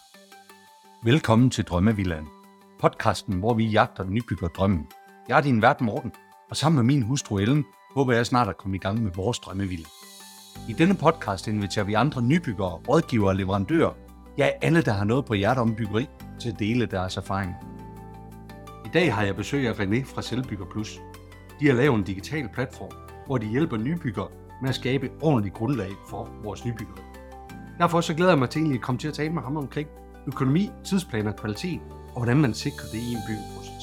Velkommen til Drømmevillaen, podcasten, hvor vi jagter nybyggerdrømmen. Jeg er din vært Morten, og sammen med min hustru Ellen, håber jeg snart at komme i gang med vores drømmevilla. I denne podcast inviterer vi andre nybyggere, rådgivere og leverandører, ja alle, der har noget på hjertet om byggeri, til at dele deres erfaring. I dag har jeg besøg af René fra Selvbygger Plus. De har lavet en digital platform, hvor de hjælper nybyggere med at skabe et ordentligt grundlag for vores nybyggeri. Derfor så glæder jeg mig til egentlig at komme til at tale med ham omkring økonomi, tidsplaner, kvalitet og hvordan man sikrer det i en byggeproces.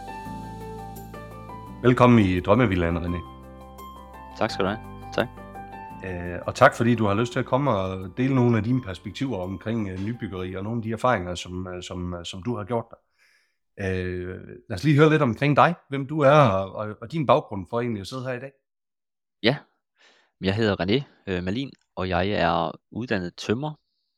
Velkommen i Drømmevillaen, René. Tak skal du have. Tak. Og tak fordi du har lyst til at komme og dele nogle af dine perspektiver omkring nybyggeri og nogle af de erfaringer, som du har gjort dig. Lad os lige høre lidt omkring dig, hvem du er og din baggrund for egentlig at sidde her i dag. Ja, jeg hedder René Malin, og jeg er uddannet tømrer.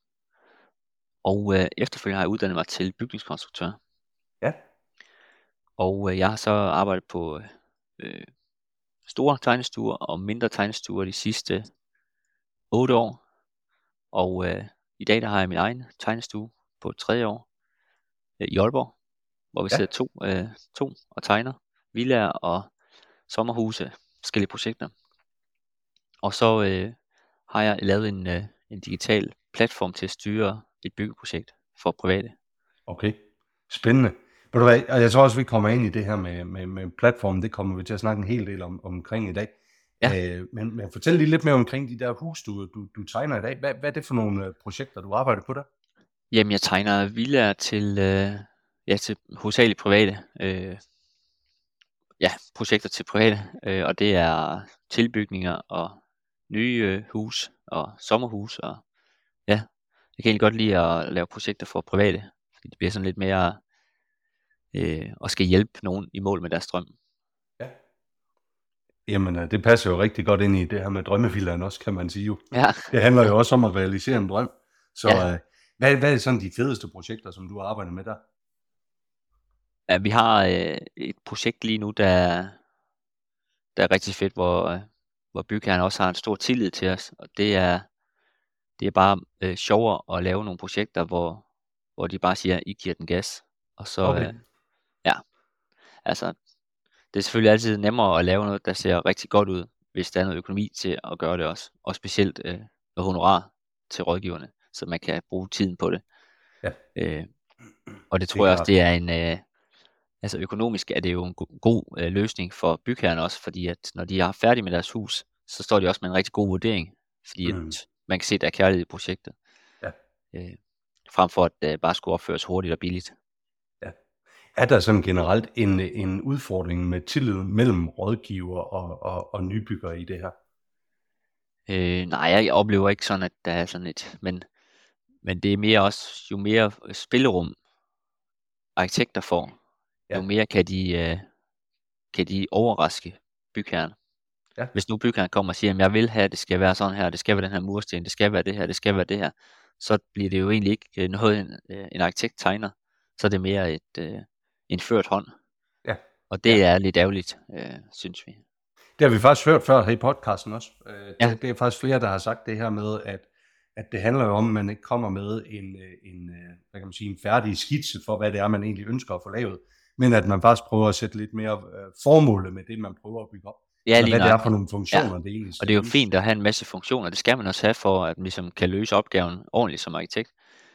Og efterfølgende har jeg uddannet mig til bygningskonstruktør. Ja. Og jeg har så arbejdet på store tegnestuer og mindre tegnestuer de sidste 8 år. Og i dag der har jeg min egen tegnestue på 3 år i Aalborg, hvor vi sidder to og tegner villaer og sommerhuse, forskellige projekter. Og så har jeg lavet en digital platform til at styre et byggeprojekt for private. Okay, spændende. Ved du hvad, og jeg tror også, vi kommer ind i det her med platformen. Det kommer vi til at snakke en hel del omkring i dag. Ja. Men fortæl lige lidt mere omkring de der hus, du tegner i dag. Hvad er det for nogle projekter, du arbejder på der? Jamen, jeg tegner villaer til hovedsageligt private. Projekter til private. Og det er tilbygninger og nye hus og sommerhus. Og ja, jeg kan egentlig godt lide at lave projekter for private. Fordi det bliver sådan lidt mere og skal hjælpe nogen i mål med deres drøm. Ja. Jamen, det passer jo rigtig godt ind i det her med drømmevillaen også, kan man sige jo. Ja. Det handler jo også om at realisere en drøm. Så hvad er sådan de fedeste projekter, som du har arbejdet med der? Ja, vi har et projekt lige nu, der er rigtig fedt, hvor bygherren også har en stor tillid til os. Og det er bare sjovere at lave nogle projekter, hvor de bare siger, I giver den gas. Og så, det er selvfølgelig altid nemmere at lave noget, der ser rigtig godt ud, hvis der er noget økonomi til at gøre det også. Og specielt honorar til rådgiverne, så man kan bruge tiden på det. Ja. Og det tror jeg også, det er en... økonomisk er det jo en god løsning for bygherren også, fordi at når de er færdige med deres hus, så står de også med en rigtig god vurdering, fordi at man kan se, at der er kærlighed i projektet. Ja. Frem for at det bare skulle opføres hurtigt og billigt. Ja. Er der sådan generelt en udfordring med tillid mellem rådgiver og nybyggere i det her? Nej, jeg oplever ikke sådan, at der er sådan et, men det er mere også, jo mere spillerum arkitekter får, jo mere kan de overraske bygherren. Ja. Hvis nu bygherren kommer og siger, at jeg vil have, at det skal være sådan her, det skal være den her mursten, det skal være det her, det skal være det her, så bliver det jo egentlig ikke noget, en arkitekt tegner, så er det mere en ført hånd. Ja. Og det er lidt ærgerligt, synes vi. Det har vi faktisk hørt før her i podcasten også. Det er faktisk flere, der har sagt det her med, at det handler jo om, at man ikke kommer med en færdig skitse for, hvad det er, man egentlig ønsker at få lavet, men at man faktisk prøver at sætte lidt mere formålet med det, man prøver at bygge op. Ja, hvad det er for nogle funktioner, det egentlig skal. Og det er jo fint at have en masse funktioner, det skal man også have for, at man ligesom kan løse opgaven ordentligt som arkitekt.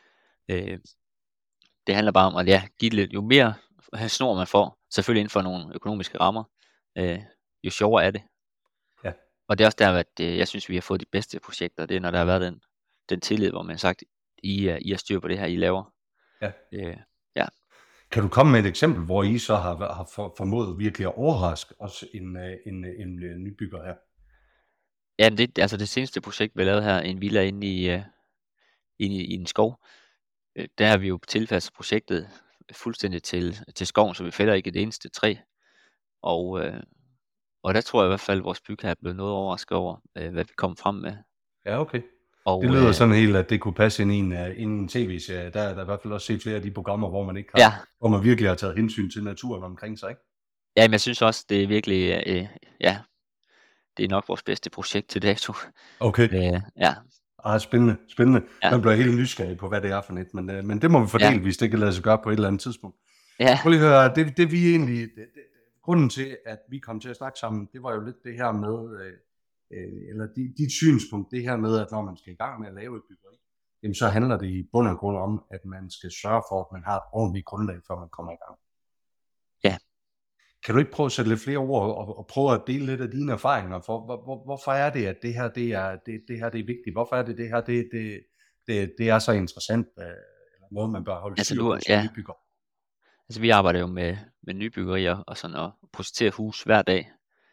Det handler bare om at give lidt, jo mere snor man får, selvfølgelig inden for nogle økonomiske rammer, jo sjovere er det. Ja. Og det er også der, at jeg synes, vi har fået de bedste projekter, det er, når der har været den tillid, hvor man har sagt, I har styr på det her, I laver. Ja. Kan du komme med et eksempel, hvor I så har formået virkelig at overraske også en nybygger her? Ja, det seneste projekt, vi lavede her, en villa inde i en skov, der har vi jo tilpasset projektet fuldstændig til skoven, så vi fælder ikke det eneste træ. Og der tror jeg i hvert fald, at vores bygherre er blevet noget overrasket over, hvad vi kom frem med. Ja, okay. Og, det lyder sådan helt, at det kunne passe ind i en tv-serie. Der er i hvert fald også set flere af de programmer, hvor man ikke har, hvor man virkelig har taget hensyn til naturen omkring sig, ikke? Ja, men jeg synes også, det er virkelig, det er nok vores bedste projekt til dato. Okay. Ja. Spændende, spændende. Ja, Man bliver helt nysgerrig på, hvad det er for net, men det må vi fordele, ja, hvis det kan lade sig gøre på et eller andet tidspunkt. ja, Prøv lige at høre, det vi egentlig, grunden til, at vi kom til at snakke sammen, det var jo lidt det her med, eller dit synspunkt, det her med, at når man skal i gang med at lave et byggeri, jamen så handler det i bund og grund om, at man skal sørge for, at man har et ordentligt grundlag, før man kommer i gang. ja. Kan du ikke prøve at sætte lidt flere ord og prøve at dele lidt af dine erfaringer for, hvorfor er det, at det her det er vigtigt? Hvorfor er det her det er så interessant, eller noget, man bør holde styr på som nybygger? Altså vi arbejder jo med nybyggerier og sådan og projekterer hus hver dag,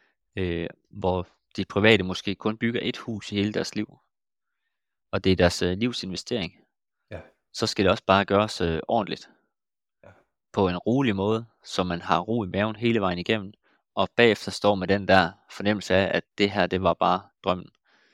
hvor de private måske kun bygger et hus i hele deres liv, og det er deres livsinvestering. Ja. Så skal det også bare gøres ordentligt, Ja. på en rolig måde, så man har ro i maven hele vejen igennem, og bagefter står med den der fornemmelse af, at det her, det var bare drømmen.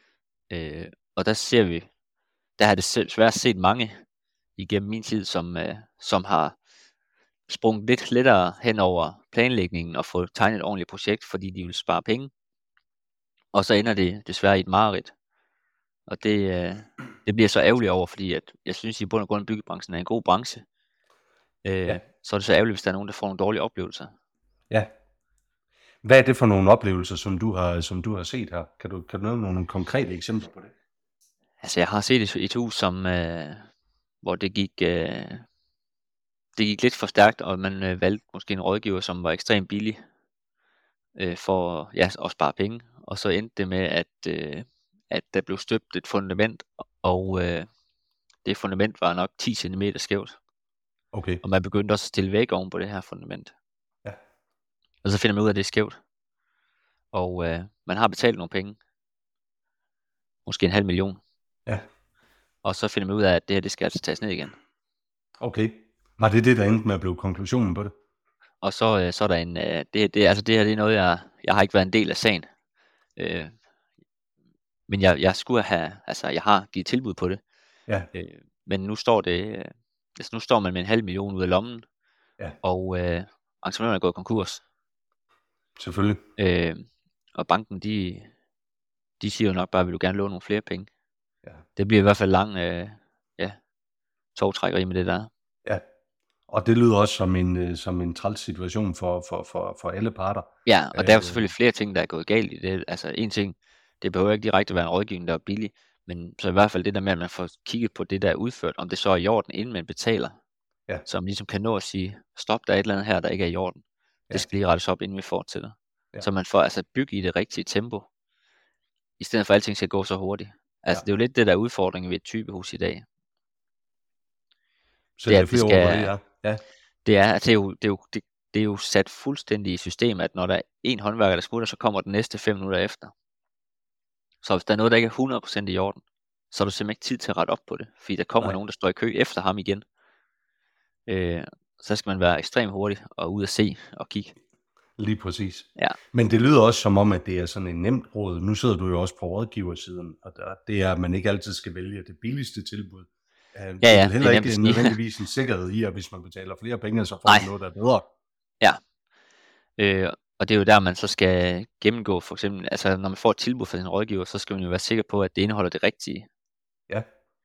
Og der har det svært set mange igennem min tid, som har sprunget lidt lettere hen over planlægningen og fået tegnet et ordentligt projekt, fordi de vil spare penge. Og så ender det desværre i et mareridt. Og det bliver så ærgerligt over, fordi at jeg synes i bund og grund, at byggebranchen er en god branche. Så er det så ærgerligt, hvis der er nogen, der får nogle dårlige oplevelser. Ja. Hvad er det for nogle oplevelser, som du har set her? Kan du nævne nogle konkrete eksempler på det? Altså jeg har set et hus, hvor det gik lidt for stærkt, og man valgte måske en rådgiver, som var ekstremt billig, for at spare penge. Og så endte det med, at der blev støbt et fundament, og det fundament var nok 10 cm skævt. Okay. Og man begyndte også at stille væg oven på det her fundament. Ja. Og så finder man ud af, at det er skævt. Og man har betalt nogle penge. Måske 500.000. Ja. Og så finder man ud af, at det her, det skal altså tages ned igen. Okay. Var det der endte med at blive konklusionen på det? Og så er der en, det her, det er noget, jeg har ikke været en del af sagen. Men jeg skulle have, altså jeg har givet tilbud på det. Ja. Men nu står det, nu står man med 500.000 ud af lommen. Ja. Og entreprenøren er gået konkurs. Selvfølgelig. Og banken, de siger jo nok bare, vil du gerne låne nogle flere penge. Ja. Det bliver i hvert fald lang togtrækkeri med det der. Ja. Og det lyder også som en træls situation for alle parter. Ja, og der er jo selvfølgelig flere ting, der er gået galt i det. Altså en ting, det behøver ikke direkte være en rådgivning, der er billig, men så i hvert fald det der med, at man får kigget på det, der er udført, om det så er i orden, inden man betaler. Ja. Så man ligesom kan nå at sige, stop, der er et eller andet her, der ikke er i orden. Det skal lige rettes op, inden vi fortsætter. Ja. Så man får altså bygge i det rigtige tempo, i stedet for at alting skal gå så hurtigt. Altså det er jo lidt det, der er udfordringen ved et typehus i dag. Så det er flere ord på det, ja. Det er jo sat fuldstændig i systemet, at når der er en håndværker, der smutter, så kommer den næste 5 minutter efter. Så hvis der er noget, der ikke er 100% i orden, så er du simpelthen ikke tid til at rette op på det, fordi der kommer nogen, der står i kø efter ham igen. Så skal man være ekstremt hurtig og ud at se og kigge. Lige præcis. Ja. Men det lyder også som om, at det er sådan en nemt råd. Nu sidder du jo også på rådgiversiden, og det er, at man ikke altid skal vælge det billigste tilbud. Det er heller ikke nødvendigvis en sikkerhed i, at hvis man betaler flere penge, så får man noget, der er bedre. Ja. Og det er jo der, man så skal gennemgå, for eksempel, altså når man får et tilbud fra sin rådgiver, så skal man jo være sikker på, at det indeholder det rigtige. Ja.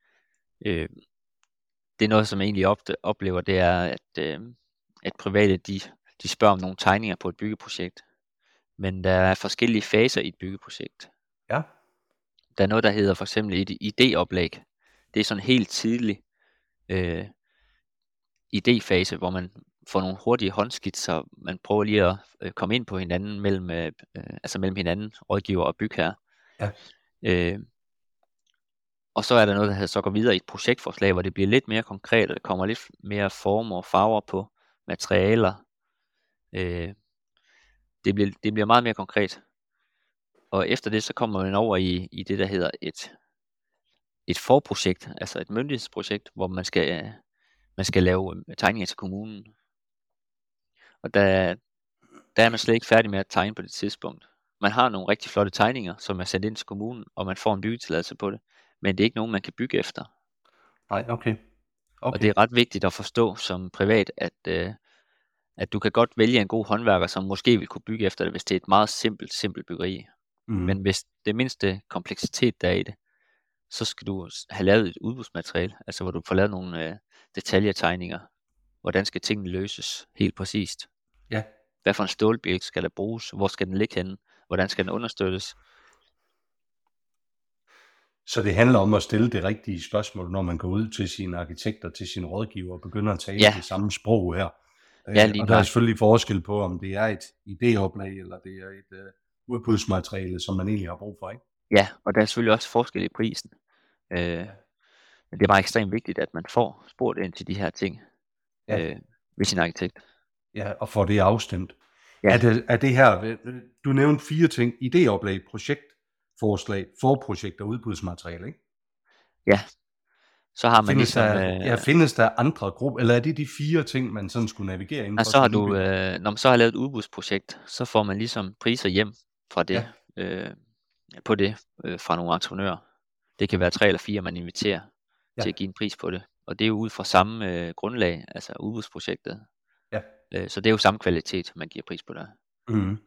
Det er noget, som jeg egentlig oplever, det er, at private, de spørger om nogle tegninger på et byggeprojekt. Men der er forskellige faser i et byggeprojekt. Ja. Der er noget, der hedder for eksempel et idéoplæg. Det er sådan en helt tidlig idéfase, hvor man får nogle hurtige håndskitser. Man prøver lige at komme ind på hinanden mellem hinanden, rådgiver og bygherre. Ja. Og så er der noget, der så går videre i et projektforslag, hvor det bliver lidt mere konkret, og der kommer lidt mere former og farver på materialer. Det bliver meget mere konkret. Og efter det, så kommer man over i det, der hedder et forprojekt, altså et myndighedsprojekt, hvor man skal lave tegninger til kommunen. Og der er man slet ikke færdig med at tegne på det tidspunkt. Man har nogle rigtig flotte tegninger, som er sendt ind til kommunen, og man får en byggetilladelse på det. Men det er ikke nogen, man kan bygge efter. Nej, okay. Og det er ret vigtigt at forstå som privat, at du kan godt vælge en god håndværker, som måske vil kunne bygge efter det, hvis det er et meget simpelt byggeri. Men hvis det mindste kompleksitet, der er i det, så skal du have lavet et udbudsmateriale, altså hvor du får lavet nogle detaljetegninger. Hvordan skal tingene løses helt præcist? Ja. Hvad for en stålbjælk skal der bruges? Hvor skal den ligge henne? Hvordan skal den understøttes? Så det handler om at stille det rigtige spørgsmål, når man går ud til sine arkitekter, til sine rådgiver og begynder at tale det samme sprog her. Ja, lige og der er selvfølgelig forskel på, om det er et idéoplag, eller det er et udbudsmateriale, som man egentlig har brug for, ikke? Ja, og der er selvfølgelig også forskel i prisen. Men det er bare ekstremt vigtigt, at man får spurgt ind til de her ting ved sin arkitekt. Ja, og får det afstemt. Ja. Er det her, du nævnte 4 ting: idéoplag, projektforslag, forprojekt og udbudsmateriale, ikke? Ja, så har man findes der andre grupper, eller er det de 4 ting, man sådan skulle navigere inden for? Så har du, når man så har lavet et udbudsprojekt, så får man ligesom priser hjem fra det, på det, fra nogle entreprenører. Det kan være 3 eller 4, man inviterer til at give en pris på det. Og det er jo ud fra samme grundlag, altså udbudsprojektet. Ja. Så det er jo samme kvalitet, man giver pris på der. Mm.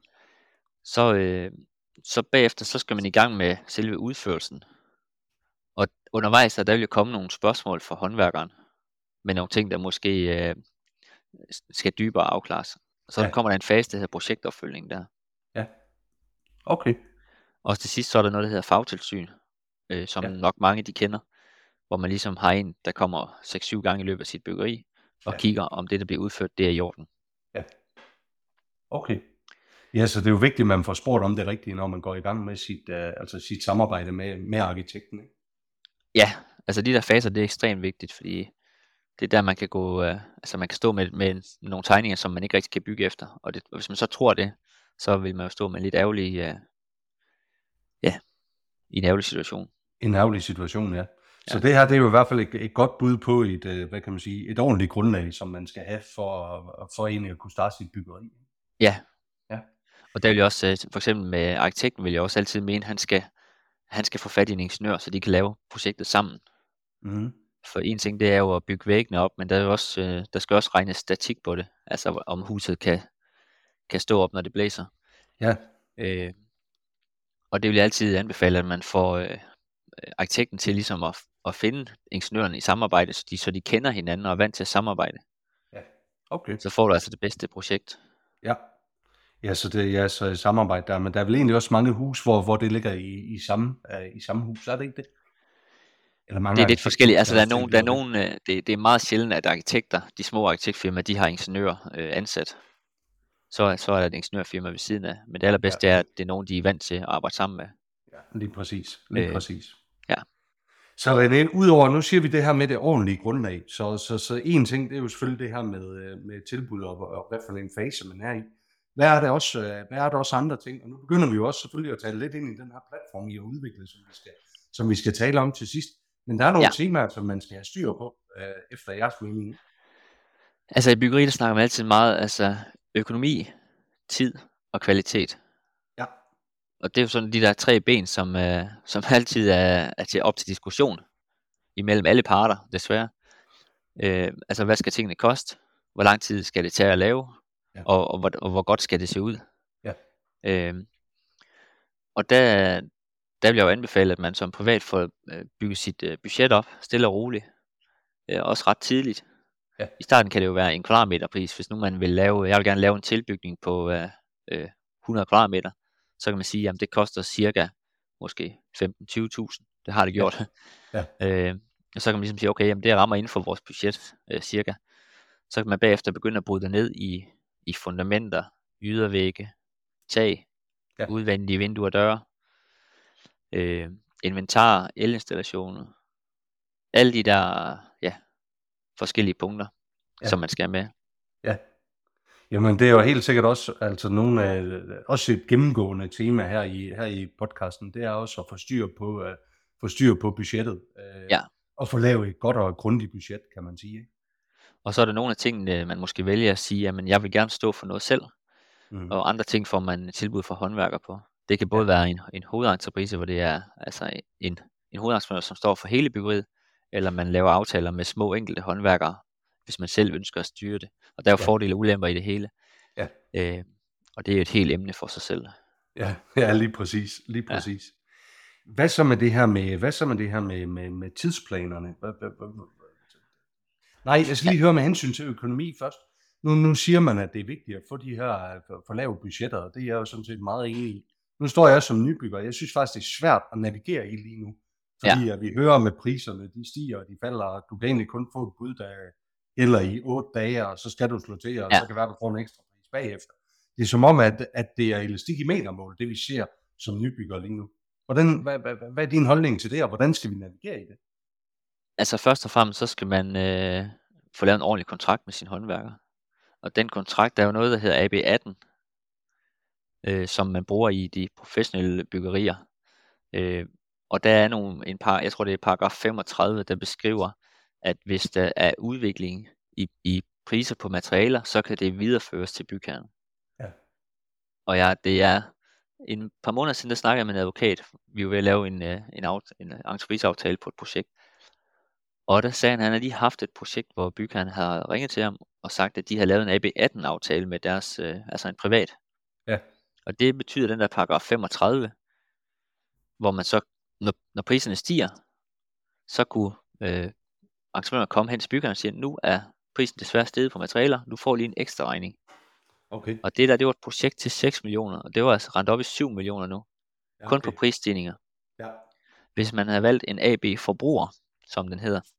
Så bagefter, så skal man i gang med selve udførelsen. Og undervejs, der vil jo komme nogle spørgsmål fra håndværkeren, med nogle ting, der måske skal dybere afklares. Så kommer der en fase, der hedder projektopfølgning der. Ja. Okay. Og til sidst, så er der noget, der hedder fagtilsyn, som nok mange de kender, hvor man ligesom har en, der kommer 6-7 gange i løbet af sit byggeri, og kigger, om det, der bliver udført, det er i orden. Ja. Okay. Ja, så det er jo vigtigt, at man får spurgt om det rigtige, når man går i gang med sit samarbejde med arkitekten, ikke? Ja, altså de der faser, det er ekstremt vigtigt, fordi det er der, man kan gå, man kan stå med nogle tegninger, som man ikke rigtig kan bygge efter. Og hvis man så tror det, så vil man jo stå med en lidt ærgerlig, i en ærgerlig situation. En ærgerlig situation, ja. Så det her, det er jo i hvert fald et godt bud på et ordentligt grundlag, som man skal have for egentlig at kunne starte sit byggeri. Ja. Og der vil jeg også, for eksempel med arkitekten, vil jeg også altid mene, han skal få fat i en ingeniør, så de kan lave projektet sammen. Mm. For en ting, det er jo at bygge væggene op, men der skal også regnes statik på det. Altså om huset kan stå op, når det blæser. Ja. Og det vil jeg altid anbefale, at man får arkitekten til ligesom at finde ingeniørerne i samarbejde, så de kender hinanden og er vant til at samarbejde. Ja. Okay. Så får du altså det bedste projekt. Ja. Ja, så det er så et samarbejde der, men der er vel egentlig også mange hus, hvor det ligger i samme hus, er det ikke det? Eller mange det er lidt forskelligt. Altså det er meget sjældent, at arkitekter, de små arkitektfirmaer, de har ingeniører ansat. Så er der et ingeniørfirma ved siden af. Men det allerbedste er, at det er nogen, de er vant til at arbejde sammen med. Ja, lige præcis. Ja. Så René, udover, nu siger vi det her med det ordentlige grundlag, så en ting, det er jo selvfølgelig det her med tilbud og hvad for en fase man er i. Hvad er der også andre ting? Og nu begynder vi jo også selvfølgelig at tale lidt ind i den her platform, I har udviklet, som vi skal tale om til sidst. Men der er nogle temaer, som man skal have styr på, efter jeres mening. Altså i byggeri, der snakker man altid meget, økonomi, tid og kvalitet. Ja. Og det er jo sådan de der 3 ben, som altid er op til diskussion imellem alle parter, desværre. Hvad skal tingene koste? Hvor lang tid skal det tage at lave? Ja. Og hvor godt skal det se ud? Ja. Og der vil jeg jo anbefale, at man som privat får bygget sit budget op, stille og roligt. Også ret tidligt. Ja. I starten kan det jo være en kvadratmeterpris, hvis nu man vil jeg vil gerne lave en tilbygning på 100 kvadratmeter, så kan man sige, at det koster cirka måske 15-20.000. Det har det gjort. Ja. Og så kan man ligesom sige, okay, jamen det rammer inden for vores budget cirka. Så kan man bagefter begynde at bryde det ned i fundamenter, ydervægge, tag, udvendige vinduer og døre, inventar, elinstallationer, alle de der forskellige punkter, som man skal have med. Ja. Jamen det er jo helt sikkert også også et gennemgående tema her i podcasten. Det er også at få styr på budgettet. Og få lavet et godt og grundigt budget, kan man sige. Og så er der nogle af tingene, man måske vælger at sige, at jeg vil gerne stå for noget selv. Og andre ting får man tilbud fra håndværker på. Det kan både være en hovedentreprise, hvor det er en hovedentreprenør, som står for hele byggeriet, eller man laver aftaler med små enkelte håndværkere, hvis man selv ønsker at styre det. Og der er jo fordele og ulemper i det hele. Ja. Og det er jo et helt emne for sig selv. Ja, lige præcis. Hvad så med det her med tidsplanerne? Nej, jeg skal Ja, lige høre med hensyn til økonomi først. Nu siger man, at det er vigtigt at få de her for lave budgetter, og det er jeg jo sådan set meget enig i. Nu står jeg som nybygger, jeg synes faktisk, det er svært at navigere i lige nu, ja, fordi at vi hører med priserne, de stiger og de falder, og du kan egentlig kun få et bud, der gælder i 8 dage, og så skal du slå til, og ja. så kan være, du får en ekstra pris bagefter. Det er som om, at det er elastik i metermål, det vi ser som nybygger lige nu. Hvad er din holdning til det, og hvordan skal vi navigere i det? Altså først og fremmest, så skal man få lavet en ordentlig kontrakt med sin håndværker. Og den kontrakt, der er jo noget, der hedder AB18, som man bruger i de professionelle byggerier. Og der er jeg tror det er paragraf 35, der beskriver, at hvis der er udvikling i priser på materialer, så kan det videreføres til bygherren. Ja. Og det er en par måneder siden, der snakkede jeg med en advokat. Vi var ved at lave en entrepriseaftale på et projekt. Og der sagde han har lige haft et projekt, hvor bygherren havde ringet til ham og sagt, at de havde lavet en AB18-aftale med deres, altså en privat. Ja. Og det betyder den der paragraf 35, hvor man så, når priserne stiger, så kunne entreprenøren komme hen til byggeren og sige, nu er prisen desværre steget på materialer, du får lige en ekstra regning. Okay. Og det var et projekt til 6 millioner, og det var altså rendt op i 7 millioner nu. Ja, Kun okay. på prisstigninger. Ja. Hvis man havde valgt en AB-forbruger, som den hedder,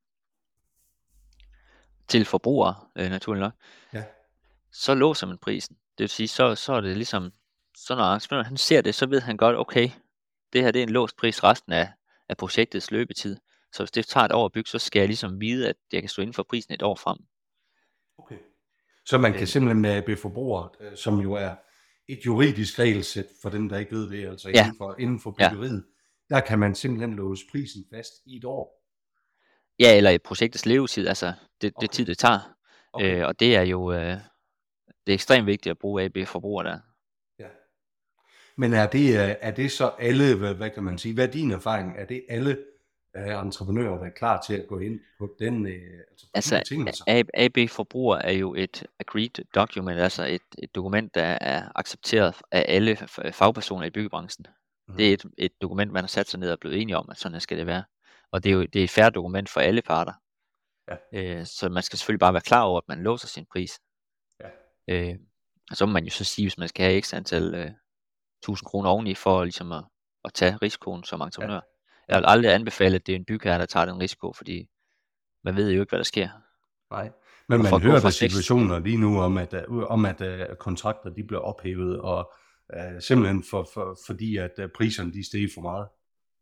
til forbrugere, naturligt nok, Ja. så låser man prisen. Det vil sige, så er det ligesom, så når entreprenøren han ser det, så ved han godt, okay, det her det er en låst pris resten af projektets løbetid. Så hvis det tager et år at bygge, så skal jeg ligesom vide, at jeg kan stå inden for prisen et år frem. Okay. Så man kan simpelthen med AB-forbruger, som jo er et juridisk regelsæt for dem, der ikke ved det, altså Ja. inden for byggeriet, der kan man simpelthen låse prisen fast i et år. Ja, eller i projektets levetid, altså det tid, det tager. Okay. Og det er jo det er ekstremt vigtigt at bruge AB-forbruger der. Ja. Men er det så alle, hvad kan man sige, hvad er din erfaring, er det alle entreprenører, der er klar til at gå ind på den, altså de betingelser? AB-forbruger er jo et agreed document, altså et dokument, der er accepteret af alle fagpersoner i byggebranchen. Det er et dokument, man har sat sig ned og blevet enige om, at sådan her skal det være. Og det er et fair dokument for alle parter. Ja. Så man skal selvfølgelig bare være klar over, at man låser sin pris. Ja. Og så må man jo så sige, hvis man skal have x antal 1000 kroner oveni, for ligesom at tage risikoen som entreprenør. Ja. Jeg vil aldrig anbefale, at det er en bygherre, der tager den risiko, fordi man ved jo ikke, hvad der sker. Nej, men man hører der situationer lige nu om, at kontrakter de bliver ophævet, og simpelthen fordi at priserne de stiger for meget.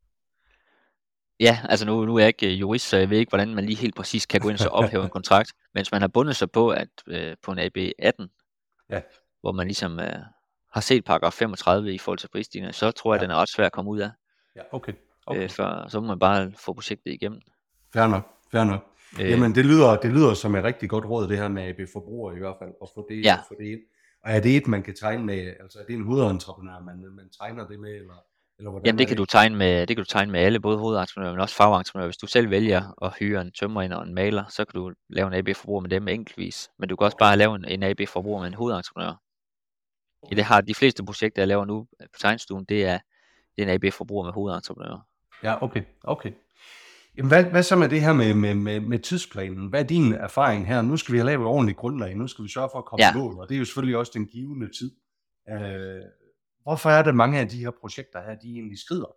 Ja, altså nu er jeg ikke jurist, så jeg ved ikke, hvordan man lige helt præcis kan gå ind og så ophæve en kontrakt. Men hvis man har bundet sig på, at på en AB18, ja, hvor man ligesom har set paragraf 35 i forhold til prisstigninger, så tror jeg, den er ret svær at komme ud af. Ja, okay. Så må man bare få projektet igennem. Fair nok. Jamen, det lyder som et rigtig godt råd, det her med AB-forbruger i hvert fald, at få det ind. Og er det et, man kan tegne med, altså er det en hovedentreprenør, man tegner det med, eller hvordan? Jamen, det kan du tegne med alle, både hovedentreprenører, men også fagentreprenører. Hvis du selv vælger at hyre en tømrer og en maler, så kan du lave en AB-forbruger med dem enkeltvis. Men du kan også bare lave en AB-forbruger med en hovedentreprenør. Okay. Det har de fleste projekter, jeg laver nu på tegnestuen, det er en AB-forbruger med hovedentreprenører. Ja, okay. Jamen, hvad så med det her med tidsplanen? Hvad er din erfaring her? Nu skal vi have lavet et ordentligt grundlag. Nu skal vi sørge for at komme i mål, og det er jo selvfølgelig også den givende tid. Hvorfor er det mange af de her projekter her, de egentlig skrider?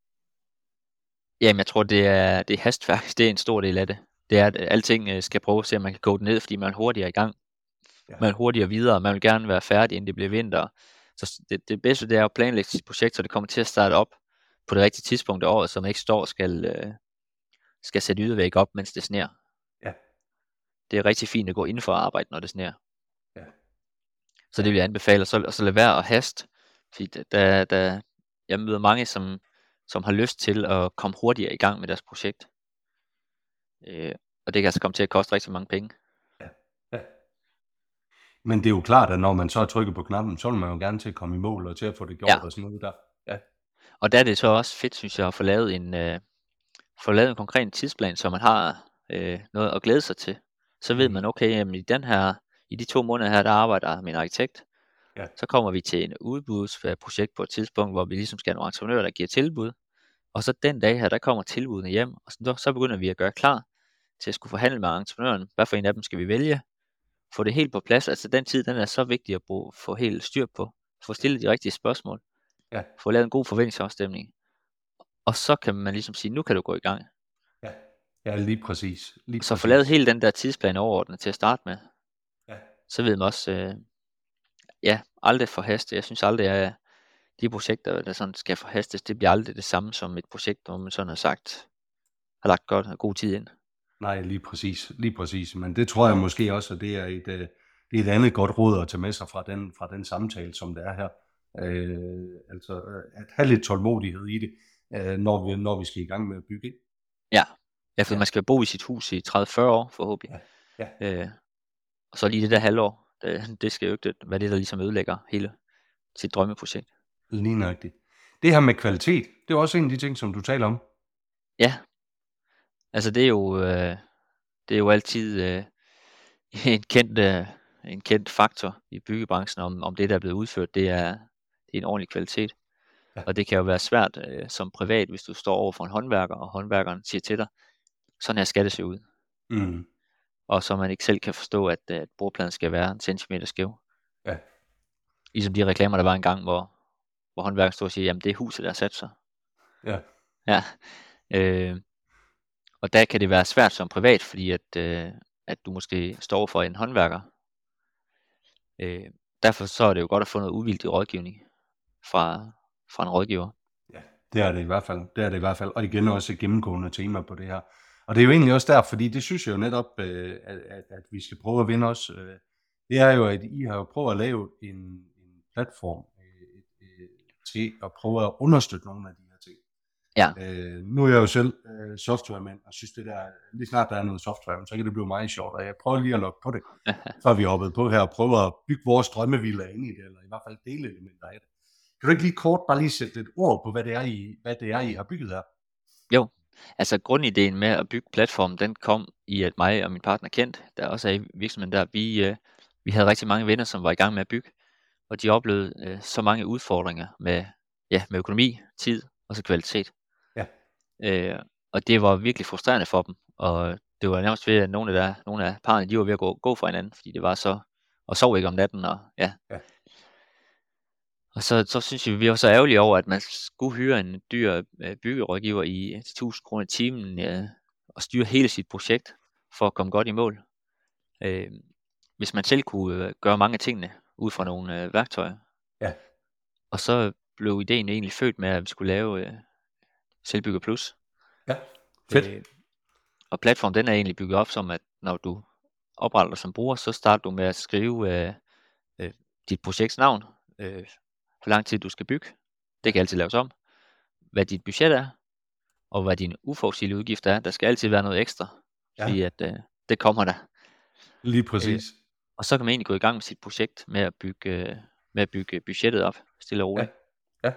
Jamen, jeg tror, det er hastværk. Det er en stor del af det. Det er, at alting skal prøve at se, om man kan gå ned, fordi man er hurtigere i gang. Ja. Man er hurtigere videre. Man vil gerne være færdig, inden det bliver vinter. Så det bedste, det er at planlægge sit projekt, så det kommer til at starte op på det rigtige tidspunkt af året, så man ikke står og skal sætte ydervæg op, mens det sner. Ja. Det er rigtig fint at gå inden for at arbejde, når det sner. Ja. Så det vil jeg anbefale, og så lade være at haste. Fordi jeg møder mange, som har lyst til at komme hurtigere i gang med deres projekt. Og det kan altså komme til at koste rigtig mange penge. Ja. Men det er jo klart, at når man så har trykket på knappen, så vil man jo gerne til at komme i mål og til at få det gjort og sådan noget der. Ja. Og der er det så også fedt, synes jeg, at få lavet en konkret tidsplan, så man har noget at glæde sig til. Så ved man, okay, jamen i de 2 måneder her, der arbejder min arkitekt. Ja. Så kommer vi til en udbudsprojekt på et tidspunkt, hvor vi ligesom skal have nogle entreprenører, der giver tilbud. Og så den dag her, der kommer tilbudene hjem, og så begynder vi at gøre klar til at skulle forhandle med entreprenøren. Hvad for en af dem skal vi vælge? Få det helt på plads. Altså den tid, den er så vigtig at få helt styr på. Få stillet de rigtige spørgsmål. Ja. Få lavet en god forventningsafstemning. Og så kan man ligesom sige, nu kan du gå i gang. Ja, lige præcis. Så få lavet hele den der tidsplan overordnet til at starte med. Ja. Så ved man også, aldrig forhaste. Jeg synes aldrig, at de projekter, der sådan skal forhastes, det bliver aldrig det samme som et projekt, hvor man sådan har lagt godt og god tid ind. Nej, lige præcis. Men det tror jeg måske også, at det er et andet godt råd at tage med sig fra den samtale, som det er her. Altså at have lidt tålmodighed i det, når vi skal i gang med at bygge. Ja, for man skal bo i sit hus i 30-40 år forhåbentlig. Ja. Og så lige det der halvår, det skal jo ikke være det, der ligesom ødelægger hele sit drømmeprojekt. Lige nøjagtigt. Det her med kvalitet, det er også en af de ting, som du taler om. Ja, altså det er jo altid en kendt faktor i byggebranchen, om det, der er blevet udført, det er en ordentlig kvalitet. Ja. Og det kan jo være svært som privat, hvis du står over for en håndværker, og håndværkeren siger til dig, sådan her skal det se ud. Mm. Og så man ikke selv kan forstå, at bordpladen skal være en centimeter skæv. Ja. Ligesom de reklamer, der var engang, hvor håndværkeren stod og siger, jamen det er huset, der har sat sig. Ja. Og der kan det være svært som privat, fordi at du måske står for en håndværker. Derfor så er det jo godt at få noget uvildig rådgivning fra en rådgiver. Ja, det er det i hvert fald. Og igen også et gennemgående tema på det her. Og det er jo egentlig også der, fordi det synes jeg jo netop, at vi skal prøve at vinde os. Det er jo, at I har jo prøvet at lave en platform til at prøve at understøtte nogle af de her ting. Ja. Nu er jeg jo selv softwaremand, og synes det der, lige snart der er noget software, så kan det blive meget sjovt, og jeg prøver lige at logge på det. Så er vi oppe på her og prøver at bygge vores drømmevilla ind i det, eller i hvert fald delelementer af det. Kan du ikke lige sætte et ord på, hvad det er, I har bygget her? Jo, altså grundideen med at bygge platformen, den kom i, at mig og min partner Kent, der også er i virksomheden der, vi havde rigtig mange venner, som var i gang med at bygge, og de oplevede så mange udfordringer med økonomi, tid og så kvalitet. Ja. Og det var virkelig frustrerende for dem, og det var nærmest ved, at nogle af parerne, de var ved at gå fra hinanden, fordi det var så, og sov ikke om natten, og ja. Og så synes vi var så ærgerlige over, at man skulle hyre en dyr byggerådgiver i 1000 kroner i timen og styre hele sit projekt for at komme godt i mål. Hvis man selv kunne gøre mange af tingene ud fra nogle værktøjer. Ja. Og så blev ideen egentlig født med, at vi skulle lave Selvbygger Plus. Ja, fedt. Og platformen, den er egentlig bygget op som, at når du opretter dig som bruger, så starter du med at skrive dit projekts navn, hvor lang tid du skal bygge. Det kan altid laves om. Hvad dit budget er, og hvad dine uforudsigelige udgifter er. Der skal altid være noget ekstra, fordi at det kommer der. Lige præcis. Og så kan man egentlig gå i gang med sit projekt med at bygge budgettet op, stille og roligt. Ja.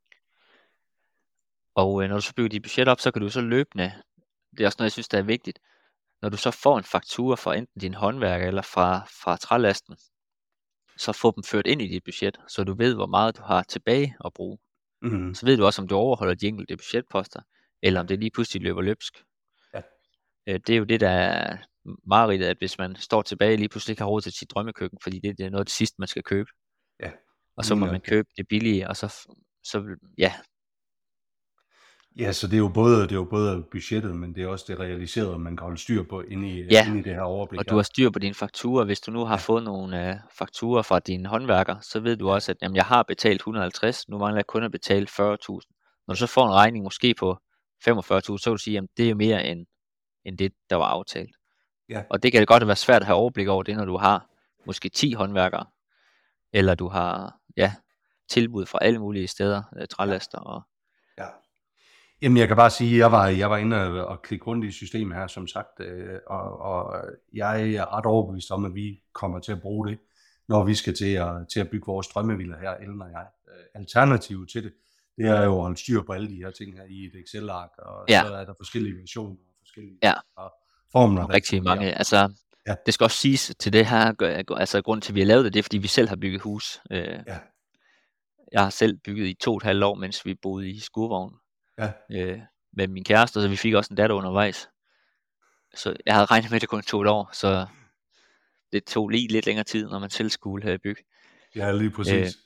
Og når du så bygger dit budget op, så kan du så løbende, det er også noget, jeg synes, der er vigtigt, når du så får en faktura fra enten din håndværker eller fra trælasten, så få dem ført ind i dit budget, så du ved, hvor meget du har tilbage at bruge. Mm-hmm. Så ved du også, om du overholder de enkelte budgetposter, eller om det lige pludselig løber løbsk. Ja. Det er jo det, der er meget at hvis man står tilbage, lige pludselig ikke har råd til sit drømmekøkken, fordi det er noget af det sidste, man skal købe. Ja. Og så må man købe det billige, og så ja. Ja, så det er jo både budgettet, men det er også det realiserede, man kan holde styr på inde i det her overblik. Og du har styr på dine fakturer. Hvis du nu har fået nogle fakturer fra dine håndværker, så ved du også, at jamen, jeg har betalt 150, nu mangler jeg kun at betale 40.000. Når du så får en regning måske på 45.000, så vil du sige, at det er mere end det, der var aftalt. Ja. Og det kan det godt være svært at have overblik over det, når du har måske 10 håndværkere, eller du har tilbud fra alle mulige steder, trælaster og Jamen, jeg kan bare sige, at jeg var inde og klikke rundt i systemet her, som sagt, og jeg er ret overbevist om, at vi kommer til at bruge det, når vi skal til at bygge vores drømmevilla her, Ellen og jeg. Alternativet til det er jo at holde styr på alle de her ting her i et Excel-ark, og så er der forskellige versioner og forskellige formler. Rigtig mange. Altså, det skal også siges til det her, altså grunden til, at vi har lavet det er, fordi vi selv har bygget hus. Jeg har selv bygget i 2,5 år, mens vi boede i skurvogn. Ja. Med min kæreste, så vi fik også en datter undervejs. Så jeg havde regnet med, at det kun tog et år, så det tog lige lidt længere tid, når man selv skulle bygge. Ja, lige præcis.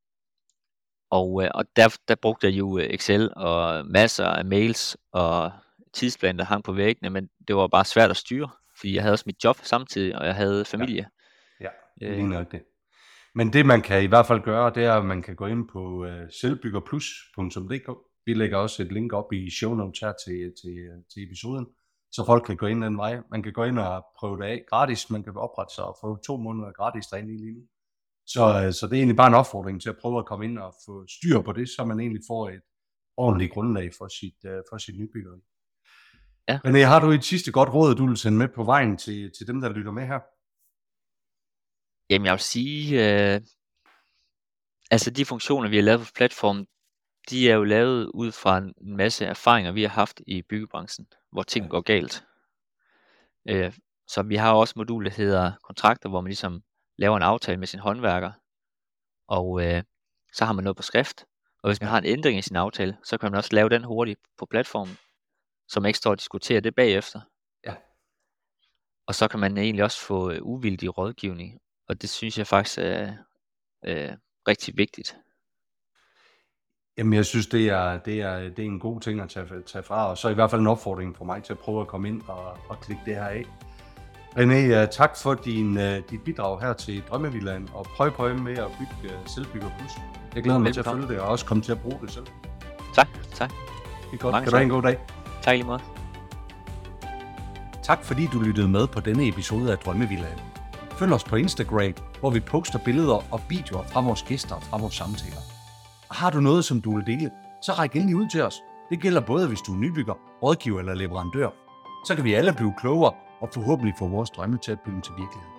Og der brugte jeg jo Excel og masser af mails og tidsplaner, der hang på væggene, men det var bare svært at styre, fordi jeg havde også mit job samtidig, og jeg havde familie. Ja, lige nok det. Men det man kan i hvert fald gøre, det er, at man kan gå ind på selvbyggerplus.dk. Vi lægger også et link op i show notes her til episoden, så folk kan gå ind den vej. Man kan gå ind og prøve det af gratis. Man kan oprette sig og få 2 måneder gratis derinde lige nu. Så det er egentlig bare en opfordring til at prøve at komme ind og få styr på det, så man egentlig får et ordentligt grundlag for sit nybyggeri. Ja. Men har du et sidste godt råd, du vil sende med på vejen til dem, der lytter med her? Jamen jeg vil sige, altså de funktioner, vi har lavet på platformen, de er jo lavet ud fra en masse erfaringer, vi har haft i byggebranchen, hvor ting går galt. Så vi har også modul, der hedder kontrakter, hvor man ligesom laver en aftale med sin håndværker, og så har man noget på skrift, og hvis man har en ændring i sin aftale, så kan man også lave den hurtigt på platformen, så man ikke står og diskuterer det bagefter. Ja. Og så kan man egentlig også få uvildig rådgivning, og det synes jeg faktisk er rigtig vigtigt. Jamen jeg synes, det er en god ting at tage fra, og så i hvert fald en opfordring for mig til at prøve at komme ind og klikke det her af. René, tak for dit bidrag her til Drømmevillaen, og prøv med at bygge Selvbygger Plus. Jeg glæder mig til at følge det, og også komme til at bruge det selv. Tak. Det er godt. Kan du have en god dag. Tak lige meget. Tak fordi du lyttede med på denne episode af Drømmevillaen. Følg os på Instagram, hvor vi poster billeder og videoer fra vores gæster og fra vores samtaler. Og har du noget, som du vil dele, så ræk endelig ud til os. Det gælder både, hvis du er nybygger, rådgiver eller leverandør. Så kan vi alle blive klogere og forhåbentlig få vores drømme til at blive til virkelighed.